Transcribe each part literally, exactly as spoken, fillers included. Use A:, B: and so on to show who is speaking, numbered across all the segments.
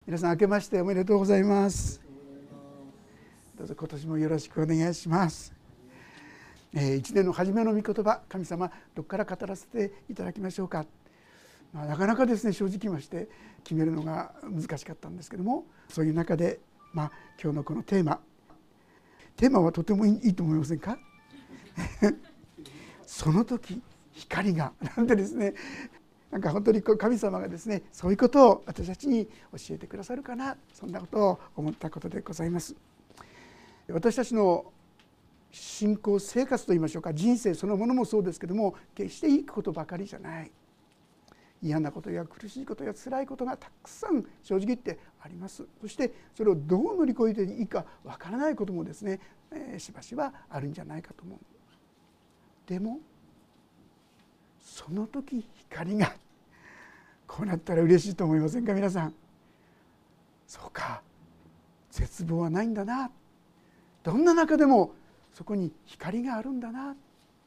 A: 皆さん明けましておめでとうございます。どうぞ今年もよろしくお願いします。えー、一年の初めの御言葉、神様どこから語らせていただきましょうか。まあ、なかなかですね正直言いまして決めるのが難しかったんですけども、そういう中で、まあ、今日のこのテーマテーマはとてもいいと思いませんかその時光がなんてですね、なんか本当に神様がですねそういうことを私たちに教えてくださるかな、そんなことを思ったことでございます。私たちの信仰生活といいましょうか、人生そのものもそうですけども、決していいことばかりじゃない、嫌なことや苦しいことや辛いことがたくさん正直言ってあります。そしてそれをどう乗り越えていいかわからないこともですね、えー、しばしばあるんじゃないかと思う。でもその時光がこうなったら嬉しいと思いませんか皆さん。そうか、絶望はないんだな、どんな中でもそこに光があるんだな。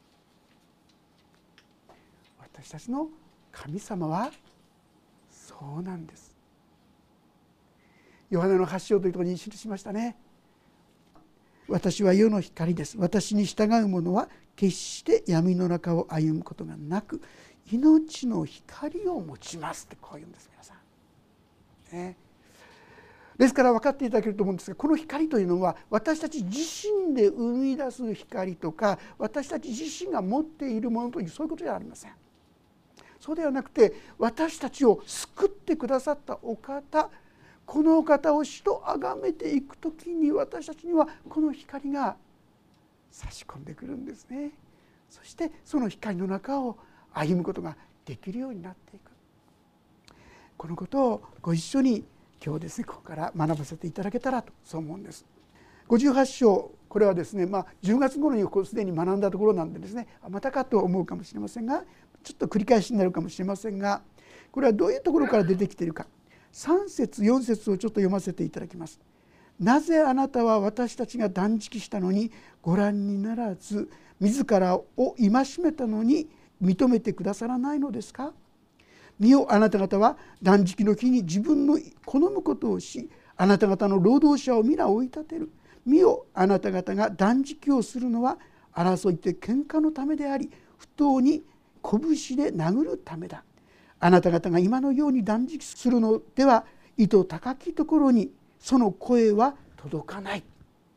A: 私たちの神様はそうなんです。ヨハネのはち章というところに記しましたね。私は世の光です。私に従う者は決して闇の中を歩むことがなく命の光を持ちますってこう言うんです皆さん、ね、ですから分かっていただけると思うんですが、この光というのは私たち自身で生み出す光とか私たち自身が持っているものというそういうことではありません。そうではなくて、私たちを救ってくださったお方、このお方を主と崇めていくときに私たちにはこの光が差し込んでくるんですね。そしてその光の中を歩むことができるようになっていく、このことをご一緒に今日ですねここから学ばせていただけたらとそう思うんです。ごじゅうはち章、これはですね、まあ、じゅうがつ頃にすでに学んだところなんでですね、またかと思うかもしれませんが、ちょっと繰り返しになるかもしれませんが、これはどういうところから出てきているか、さん節よん節をちょっと読ませていただきます。なぜあなたは私たちが断食したのにご覧にならず、自らを戒めたのに認めてくださらないのですか。見よ、あなた方は断食の日に自分の好むことをし、あなた方の労働者を皆追い立てる。見よ、あなた方が断食をするのは争いって喧嘩のためであり、不当に拳で殴るためだ。あなた方が今のように断食するのでは、糸高きところにその声は届かない。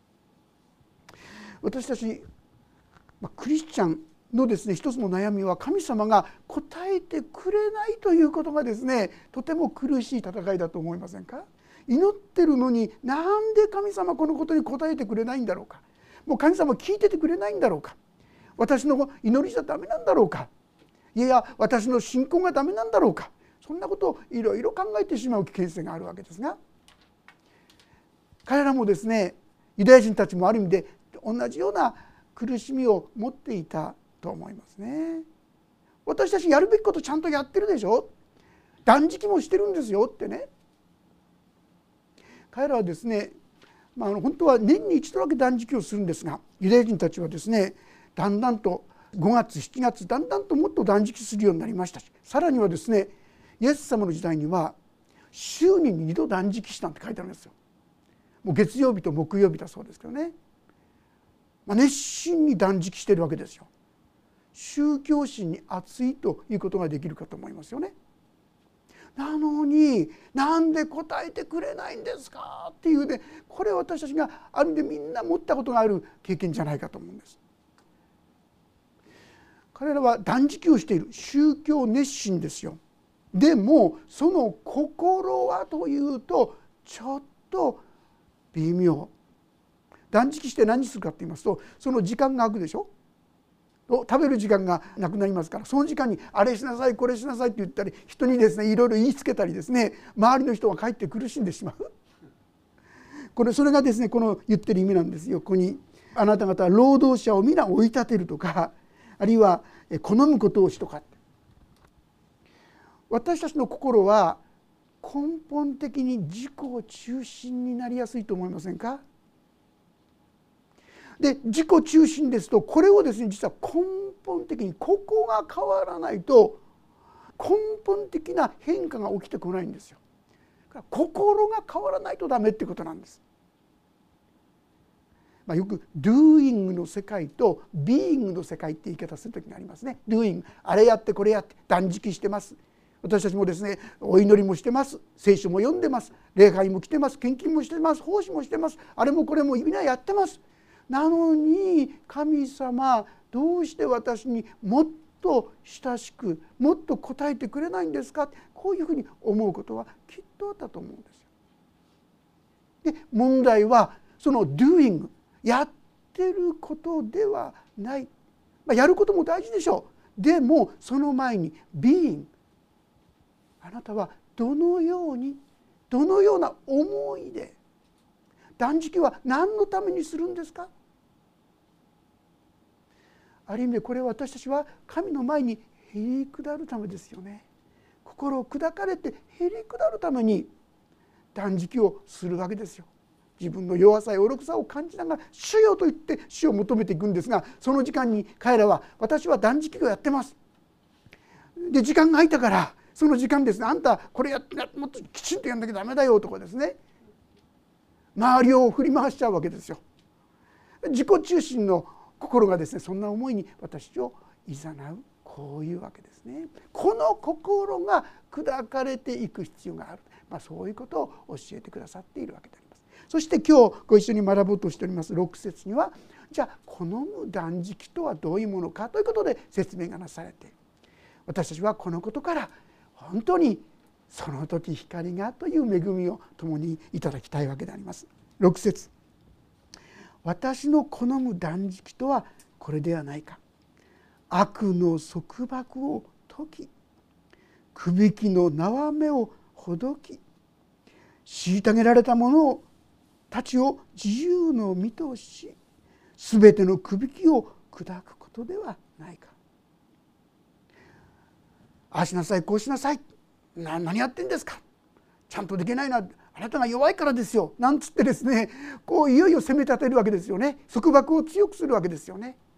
A: 私たちクリスチャンのですね一つの悩みは、神様が答えてくれないということがですねとても苦しい戦いだと思いませんか。祈ってるのになんで神様このことに答えてくれないんだろうか。もう神様聞いててくれないんだろうか。私の祈りじゃダメなんだろうか。いや私の信仰がダメなんだろうか。そんなことをいろいろ考えてしまう危険性があるわけですが、彼らもですねユダヤ人たちもある意味で同じような苦しみを持っていたと思いますね。私たちやるべきことちゃんとやってるでしょ、断食もしてるんですよってね。彼らはですね、まあ、本当は年に一度だけ断食をするんですが、ユダヤ人たちはですねだんだんとごがつしちがつだんだんともっと断食するようになりましたし、さらにはですねイエス様の時代には週ににど断食したって書いてあるんですよ。もう月曜日と木曜日だそうですけどね、まあ、熱心に断食しているわけですよ。宗教心に熱いということができるかと思いますよね。なのになんで答えてくれないんですかっていうね、これは私たちがあるんでみんな持ったことがある経験じゃないかと思うんです。彼らは断食をしている、宗教熱心ですよ。でもその心はというとちょっと微妙。断食して何するかと言いますと、その時間が空くでしょ、食べる時間がなくなりますから、その時間にあれしなさいこれしなさいって言ったり、人にですねいろいろ言いつけたりですね、周りの人がかえって苦しんでしまう。これそれがですねこの言ってる意味なんですよ。ここにあなた方は労働者を皆追い立てるとか、あるいは好むことをしとか、私たちの心は根本的に自己中心になりやすいと思いませんか。で自己中心ですと、これをですね実は根本的にここが変わらないと根本的な変化が起きてこないんですよ。 から心が変わらないとダメってことなんです。まあ、よく doing の世界と being の世界って言い方する時がありますね。doing あれやってこれやって断食してます。私たちもですねお祈りもしてます、聖書も読んでます、礼拝も来てます、献金もしてます、奉仕もしてます、あれもこれもみんなやってます。なのに神様どうして私にもっと親しくもっと答えてくれないんですか、こういうふうに思うことはきっとあったと思うんですよ。で問題はその doing やってることではない、まあ、やることも大事でしょう。でもその前に being、 あなたはどのようにどのような思いで断食は何のためにするんですか。ある意味でこれは私たちは神の前にへり下るためですよね。心を砕かれてへり下るために断食をするわけですよ。自分の弱さや愚かさを感じながら主よと言って主を求めていくんですが、その時間に彼らは私は断食をやってます。で時間が空いたからその時間ですね、あんたこれやってもっときちんとやんなきゃダメだよとかですね、周りを振り回しちゃうわけですよ。自己中心の心がですねそんな思いに私を誘う、こういうわけですね。この心が砕かれていく必要がある、まあ、そういうことを教えてくださっているわけであります。そして今日ご一緒に学ぼうとしておりますろく節には、じゃあ好む断食とはどういうものかということで説明がなされている。私たちはこのことから本当にその時光がという恵みを共にいただきたいわけであります。ろく節、私の好む断食とはこれではないか。悪の束縛を解き、くびきの縄目をほどき、虐げられた者たちを自由の身とし、すべてのくびきを砕くことではないか。ああしなさいこうしなさい、な何やってんですか、ちゃんとできないな、あなたが弱いからですよなんつってですね、こういよいよ責め立てるわけですよね。束縛を強くするわけですよね。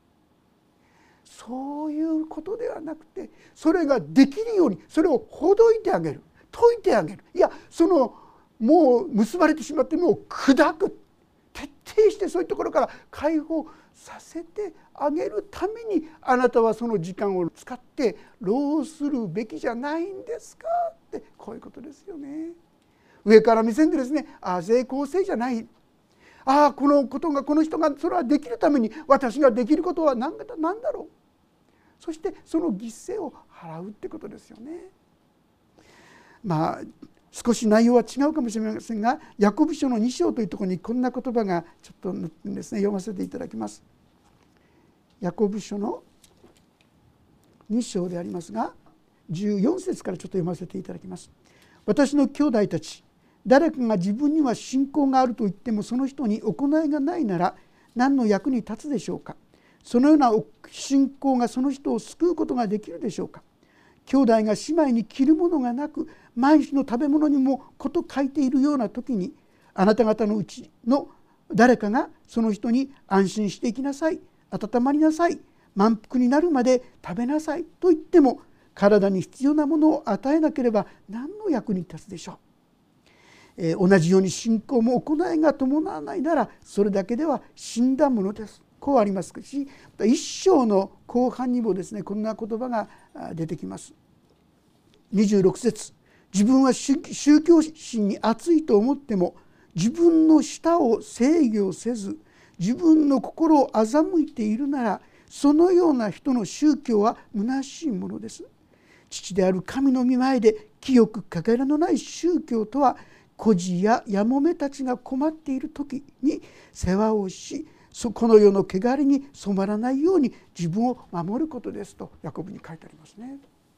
A: そういうことではなくて、それができるようにそれをほどいてあげる、解いてあげる、いやそのもう結ばれてしまってもう砕く、徹底してそういうところから解放させてあげるためにあなたはその時間を使って労するべきじゃないんですかって、こういうことですよね。上から目線でですね、ああ成功性じゃない、ああこのことがこの人がそれはできるために私ができることは何だ何だろう、そしてその犠牲を払うってことですよね。まあ少し内容は違うかもしれませんが、ヤコブ書のに章というところにこんな言葉がちょっと載ってですね、読ませていただきます。ヤコブ書のに章でありますが、じゅうよん節からちょっと読ませていただきます。私の兄弟たち、誰かが自分には信仰があると言ってもその人に行いがないなら何の役に立つでしょうか。そのような信仰がその人を救うことができるでしょうか。兄弟が姉妹に着るものがなく毎日の食べ物にもこと書いているような時に、あなた方のうちの誰かがその人に安心していきなさい、温まりなさい、満腹になるまで食べなさいと言っても体に必要なものを与えなければ何の役に立つでしょう。えー、同じように信仰も行いが伴わないならそれだけでは死んだものです。こうありますし、一章の後半にもですねこんな言葉が出てきます。にじゅうろく節、自分は宗教心に熱いと思っても自分の舌を制御せず自分の心を欺いているならそのような人の宗教は虚しいものです。父である神の御前で清くかけらのない宗教とは、孤児ややもめたちが困っている時に世話をし、この世の汚れに染まらないように自分を守ることですとヤコブに書いてありますね。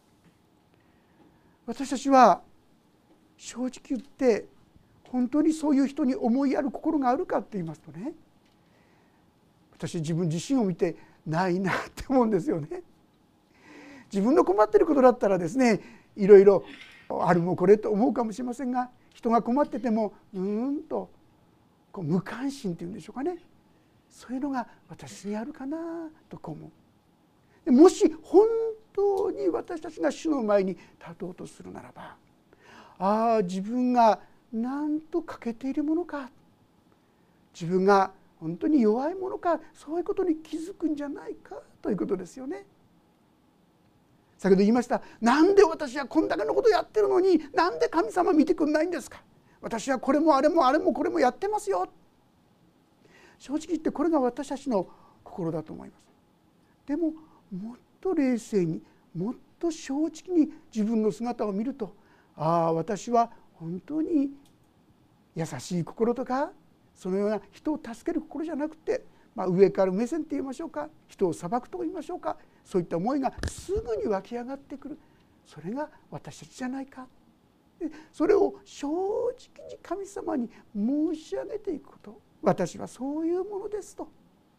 A: 私たちは正直言って本当にそういう人に思いやる心があるかって言いますとね、私自分自身を見てないなって思うんですよね。自分の困っていることだったらですね、いろいろあるもこれと思うかもしれませんが、人が困っててもうーんとこう無関心っていうんでしょうかね、そういうのが私にあるかなと思う。もし本当に私たちが主の前に立とうとするならば、 ああ自分がなんと欠けているものか、自分が本当に弱いものか、そういうことに気づくんじゃないかということですよね。先ほど言いました。なんで私はこんだけのことやってるのに、なんで神様見てくんないんですか。私はこれもあれもあれもこれもやってますよ。正直言ってこれが私たちの心だと思います。でももっと冷静に、もっと正直に自分の姿を見ると、ああ私は本当に優しい心とか、そのような人を助ける心じゃなくて、まあ、上から目線って言いましょうか、人を裁くと言いましょうか、そういった思いがすぐに湧き上がってくる。それが私たちじゃないか。でそれを正直に神様に申し上げていくこと、私はそういうものですと。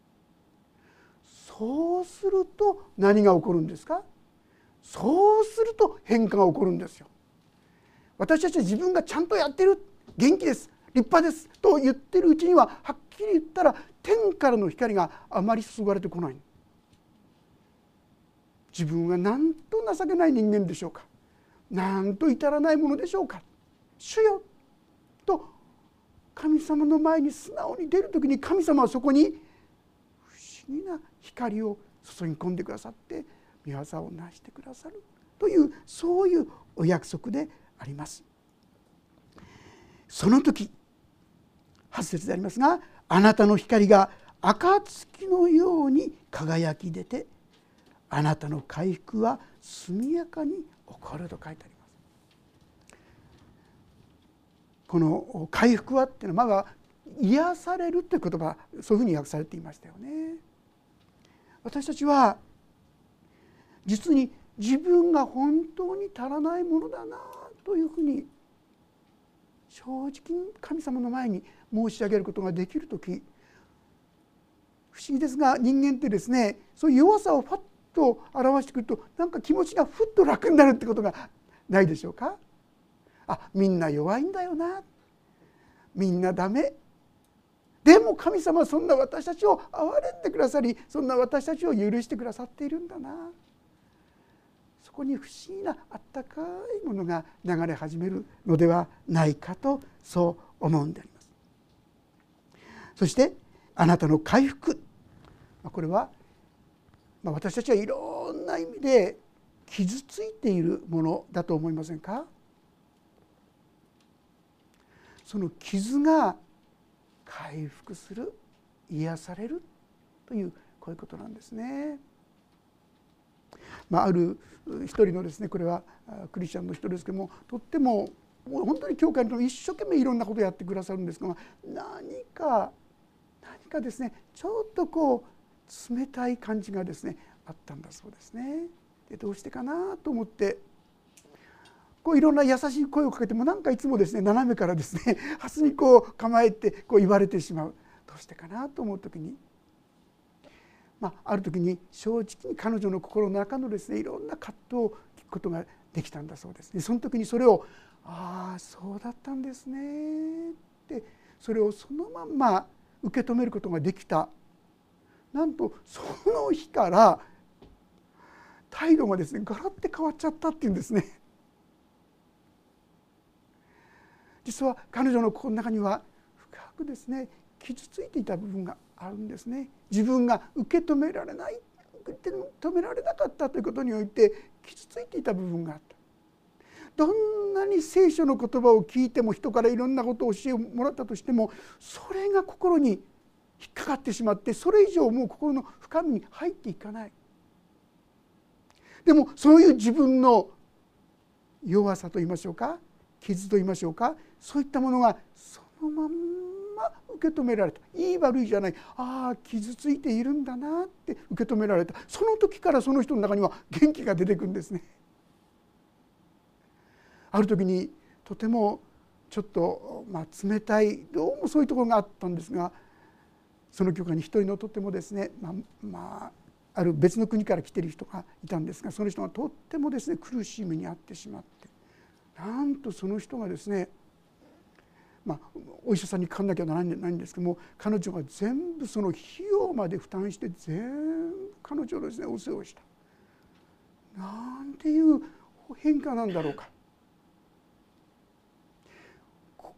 A: そうすると何が起こるんですか。そうすると変化が起こるんですよ。私たちは自分がちゃんとやってる、元気です、立派ですと言ってるうちには、はっきり言ったら天からの光があまり注がれてこない。自分はなんと情けない人間でしょうか、なんと至らないものでしょうか、主よと神様の前に素直に出るときに、神様はそこに不思議な光を注ぎ込んでくださって、御業を成してくださるという、そういうお約束であります。その時はち節でありますが、あなたの光が暁のように輝き出て、あなたの回復は速やかに起こると書いてあります。この回復はっていうのは、まだ癒されるという言葉、そういうふうに訳されていましたよね。私たちは実に自分が本当に足らないものだなというふうに正直に神様の前に申し上げることができるとき、不思議ですが、人間ってですね、そういう弱さをファッと表してくると、なんか気持ちがふっと楽になるってことがないでしょうか。あ、みんな弱いんだよな、みんなダメ、でも神様はそんな私たちを憐れんでくださり、そんな私たちを許してくださっているんだな、そこに不思議なあったかいものが流れ始めるのではないかと、そう思うんであります。そしてあなたの回復、これは私たちはいろんな意味で傷ついているものだと思いませんか。その傷が回復する、癒されるという、こういうことなんですね。まあ、ある一人のですね、これはクリスチャンの人ですけども、とってももう本当に教会の一生懸命いろんなことをやってくださるんですが、何か何かですね、ちょっとこう冷たい感じがですねあったんだそうですね。でどうしてかなと思って、こういろんな優しい声をかけても、なんかいつもですね斜めからですねハスにこう構えてこう言われてしまう。どうしてかなと思う時に、まあ、ある時に正直に彼女の心の中のですねいろんな葛藤を聞くことができたんだそうです。でその時にそれを「ああそうだったんですね」ってそれをそのまんま受け止めることができた。なんとその日から態度がですねガラッて変わっちゃったっていうんですね。実は彼女の心の中には深くですね傷ついていた部分があるんですね。自分が受け止められない、受け止められなかったということにおいて傷ついていた部分があった。どんなに聖書の言葉を聞いても、人からいろんなことを教えをもらったとしても、それが心に引っかかってしまって、それ以上もう心の深みに入っていかない。でもそういう自分の弱さと言いましょうか、傷と言いましょうか、そういったものがそのまんま受け止められた。いい悪いじゃない、ああ傷ついているんだなって受け止められた。その時からその人の中には元気が出てくるんですね。ある時にとてもちょっと、まあ、冷たい、どうもそういうところがあったんですが、その教会に一人のとってもですね、まあ、まあ、ある別の国から来ている人がいたんですが、その人がとってもですね苦しい目に遭ってしまって、なんとその人がですね、まあ、お医者さんにかかんなきゃならないんですけども、彼女が全部その費用まで負担して全部彼女のですねお世話をした。なんていう変化なんだろうか。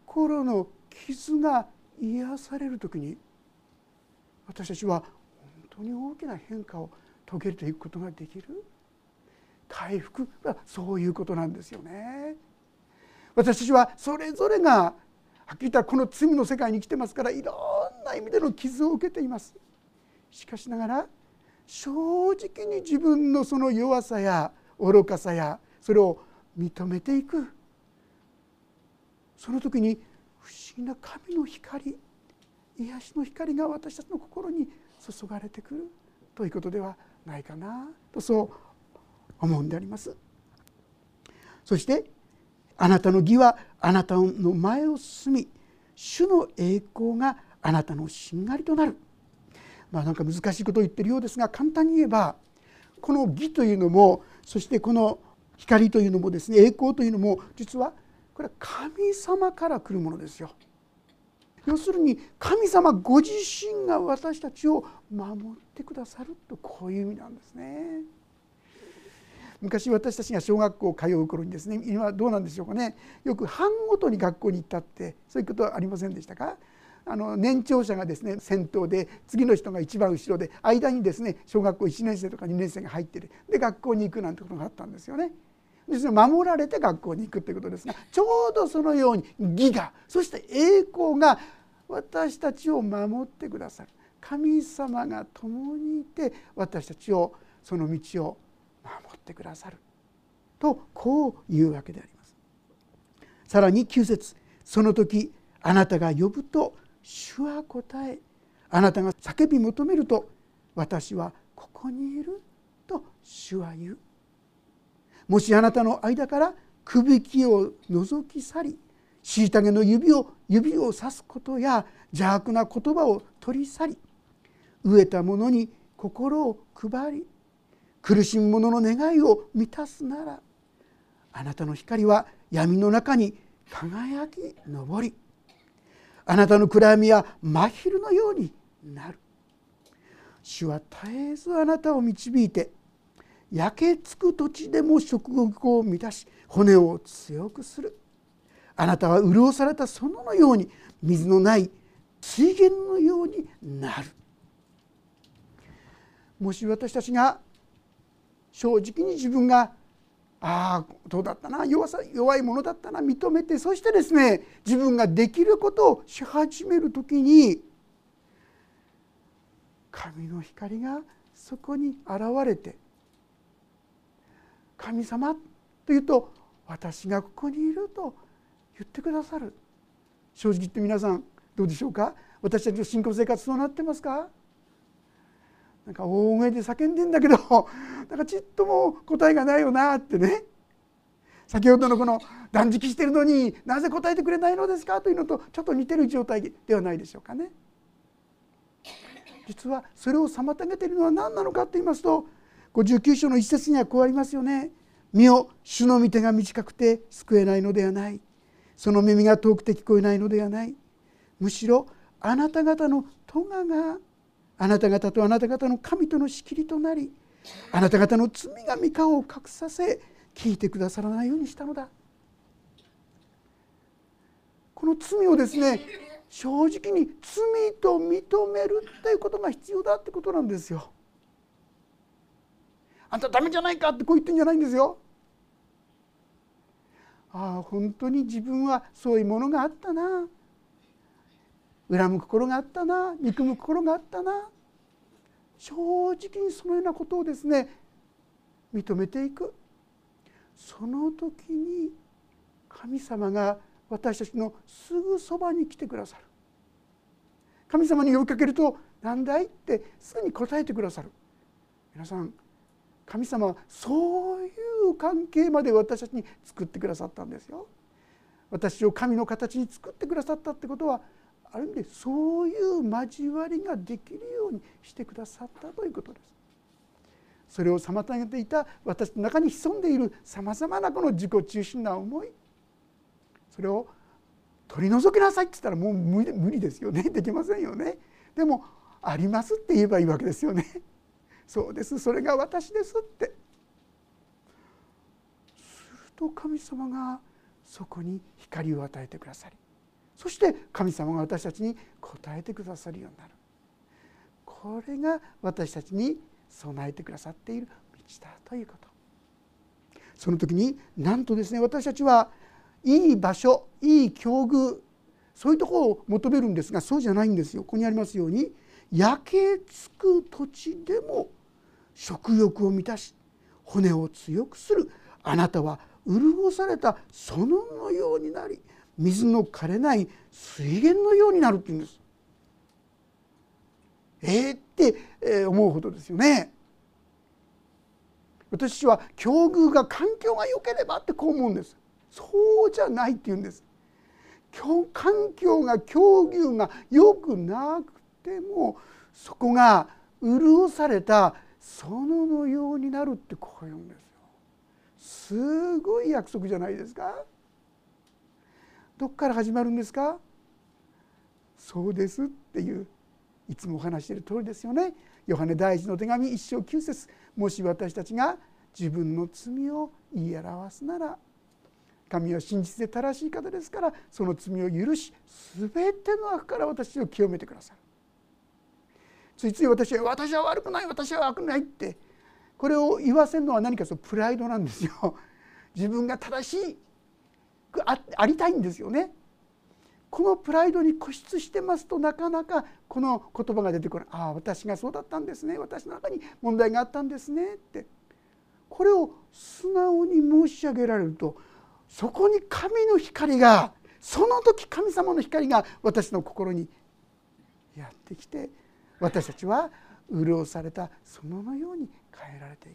A: 心の傷が癒される時に、私たちは本当に大きな変化を遂げていくことができる。回復はそういうことなんですよね。私たちはそれぞれがはっきり言ったらこの罪の世界に来てますから、いろんな意味での傷を受けています。しかしながら正直に自分のその弱さや愚かさやそれを認めていく。その時に不思議な神の光、癒しの光が私たちの心に注がれてくるということではないかなと、そう思うんであります。そしてあなたの義はあなたの前を進み、主の栄光があなたのしんがりとなる。まあなんか難しいことを言っているようですが、簡単に言えばこの義というのも、そしてこの光というのもですね、栄光というのも、実はこれは神様から来るものですよ。要するに神様ご自身が私たちを守ってくださると、こういう意味なんですね。昔私たちが小学校通う頃にですね、今どうなんでしょうかね、よく班ごとに学校に行ったって、そういうことはありませんでしたか。あの年長者がですね先頭で、次の人が一番後ろで、間にですね小学校いちねん生とかにねん生が入っている。で学校に行くなんてことがあったんですよね。ですね、守られて学校に行くということですが、ちょうどそのように義が、そして栄光が私たちを守ってくださる。神様が共にいて私たちをその道を守ってくださると、こういうわけであります。さらにきゅう節、その時あなたが呼ぶと主は答え、あなたが叫び求めると私はここにいると主は言う。もしあなたの間からくびきを除き去り、虐げの指を指をさすことや邪悪な言葉を取り去り、飢えた者に心を配り、苦しむ者の願いを満たすなら、あなたの光は闇の中に輝き昇り、あなたの暗闇は真昼のようになる。主は絶えずあなたを導いて、焼けつく土地でも食欲を満たし、骨を強くする。あなたは潤された園のように、水のない水源のようになる。もし私たちが正直に自分がああどうだったな、弱さ弱いものだったな認めて、そしてですね自分ができることをし始めるときに、神の光がそこに現れて、神様というと私がここにいると言ってくださる。正直言って皆さんどうでしょうか。私たちの信仰生活そうなってますか。なんか大声で叫んでんだけど、なんかちっとも答えがないよなってね。先ほどのこの断食してるのになぜ答えてくれないのですかというのとちょっと似てる状態ではないでしょうかね。実はそれを妨げているのは何なのかと言いますと、ごじゅうきゅう章の一節にはこうありますよね。見よ、主の御手が短くて救えないのではない。その耳が遠くて聞こえないのではない。むしろあなた方の咎があなた方とあなた方の神との仕切りとなり、あなた方の罪が御顔を隠させ、聞いてくださらないようにしたのだ。この罪をですね、正直に罪と認めるということが必要だってことなんですよ。あんたダメじゃないかってこう言ってんじゃないんですよ。ああ本当に自分はそういうものがあったな、恨む心があったな、憎む心があったな、正直にそのようなことをですね認めていく。その時に神様が私たちのすぐそばに来てくださる。神様に呼びかけると何だいってすぐに答えてくださる。皆さん、神様はそういう関係まで私たちに作ってくださったんですよ。私を神の形に作ってくださったってことは、ある意味でそういう交わりができるようにしてくださったということです。それを妨げていた私の中に潜んでいるさまざまなこの自己中心な思い、それを取り除きなさいって言ったらもう無理、無理ですよね。できませんよね。でもありますって言えばいいわけですよね。そうです、それが私ですって。すると神様がそこに光を与えてくださり、 そして神様が私たちに答えてくださるようになる。これが私たちに備えてくださっている道だということ。その時になんとですね、私たちはいい場所、いい境遇、そういうところを求めるんですが、そうじゃないんですよ。ここにありますように、焼けつく土地でも食欲を満たし骨を強くする。あなたは潤された園のようになり、水の枯れない水源のようになるって言うんです。えーって思うほどですよね。私は境遇が環境が良ければってこう思うんです。そうじゃないって言うんです。環境が境遇が良くなくても、そこが潤された園のようになるってこう言うんですよ。すごい約束じゃないですか。どっから始まるんですか。そうですっていう、いつもお話している通りですよね。ヨハネ第一の手紙一章九節、もし私たちが自分の罪を言い表すなら、神は真実で正しい方ですから、その罪を許し、すべての悪から私を清めてくださる。ついつい私は私は悪くない、私は悪くないって、これを言わせるのは何かというとプライドなんですよ。自分が正しい あ, ありたいんですよね。このプライドに固執してますと、なかなかこの言葉が出てこない。ああ、私がそうだったんですね、私の中に問題があったんですねって、これを素直に申し上げられると、そこに神の光が、その時神様の光が私の心にやってきて、私たちは潤された園のように変えられていく。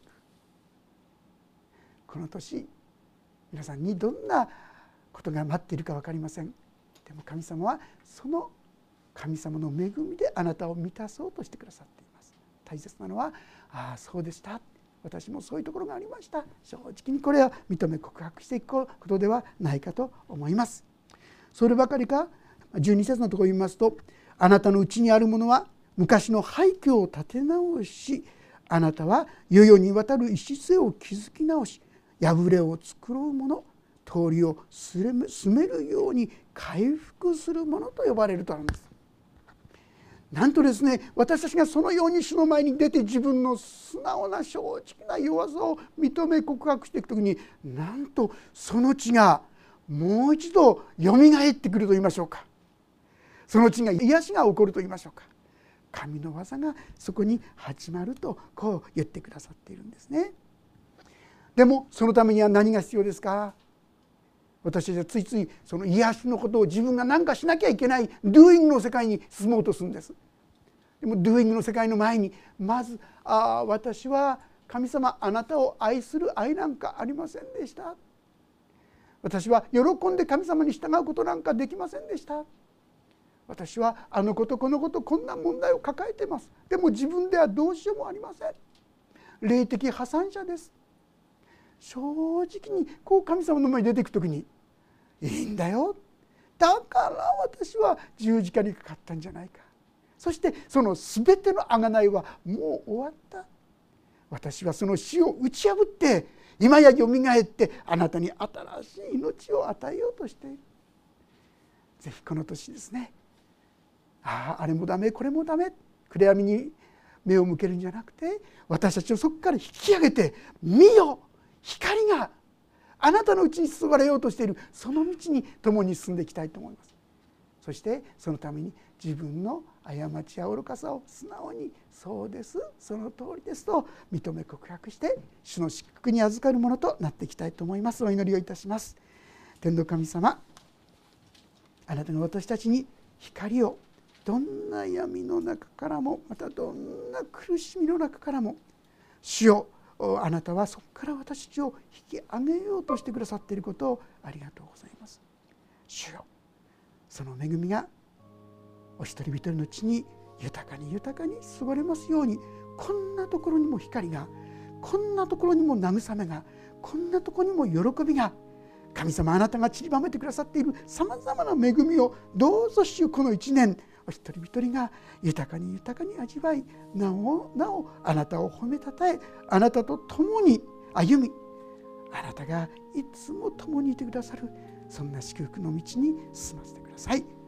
A: この年、皆さんにどんなことが待っているか分かりません。でも神様はその神様の恵みであなたを満たそうとしてくださっています。大切なのは、ああそうでした、私もそういうところがありました、正直にこれは認め告白していくことではないかと思います。そればかりか、じゅうに節のところを言いますと、あなたのうちにあるものは昔の廃墟を建て直し、あなたは世々にわたる礎を築き直し、破れを作ろうもの、通りを住めるように回復するものと呼ばれるとあるんです。なんとですね、私たちがそのように主の前に出て、自分の素直な正直な弱さを認め告白していくときに、なんとその地がもう一度よみがえってくると言いましょうか、その地が癒しが起こると言いましょうか、神の技がそこに始まるとこう言ってくださっているんですね。でもそのためには何が必要ですか。私たちはついついその癒しのことを自分が何かしなきゃいけない doing の世界に進もうとするんです。でも doing の世界の前に、まずああ私は神様、あなたを愛する愛なんかありませんでした、私は喜んで神様に従うことなんかできませんでした、私はあのことこのことこんな問題を抱えています、でも自分ではどうしようもありません、霊的破産者です。正直にこう神様の前に出ていくときに、いいんだよ、だから私は十字架にかかったんじゃないか、そしてその全ての贖いはもう終わった、私はその死を打ち破って今やよみがえってあなたに新しい命を与えようとしている。ぜひこの年ですね、あああれもダメこれもダメ、暗闇に目を向けるんじゃなくて、私たちをそこから引き上げて、見よ光があなたのうちに注がれようとしている、その道に共に進んでいきたいと思います。そしてそのために自分の過ちや愚かさを素直に、そうです、その通りですと認め告白して、主の祝福に預かるものとなっていきたいと思います。お祈りをいたします。天の神様、あなたが私たちに光を、どんな闇の中からも、またどんな苦しみの中からも、主よ、あなたはそこから私たちを引き上げようとしてくださっていることをありがとうございます。主よ、その恵みがお一人一人の地に豊かに豊かに注がれますように、こんなところにも光が、こんなところにも慰めが、こんなところにも喜びが、神様あなたが散りばめてくださっているさまざまな恵みを、どうぞ主、この一年お一人一人が豊かに豊かに味わい、なおなおあなたを褒めたたえ、あなたと共に歩み、あなたがいつも共にいてくださる、そんな祝福の道に進ませてください。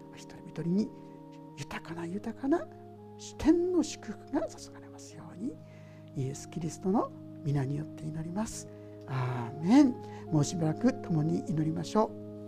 A: 人に豊かな豊かな天の祝福が注がれますように、イエス・キリストの皆によって祈ります。アーメン。もうしばらく共に祈りましょう。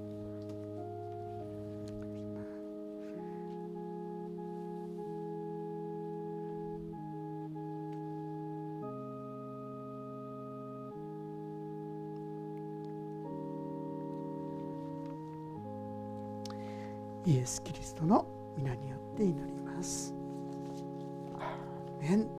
A: イエス・キリストの皆によって祈ります。アーメン。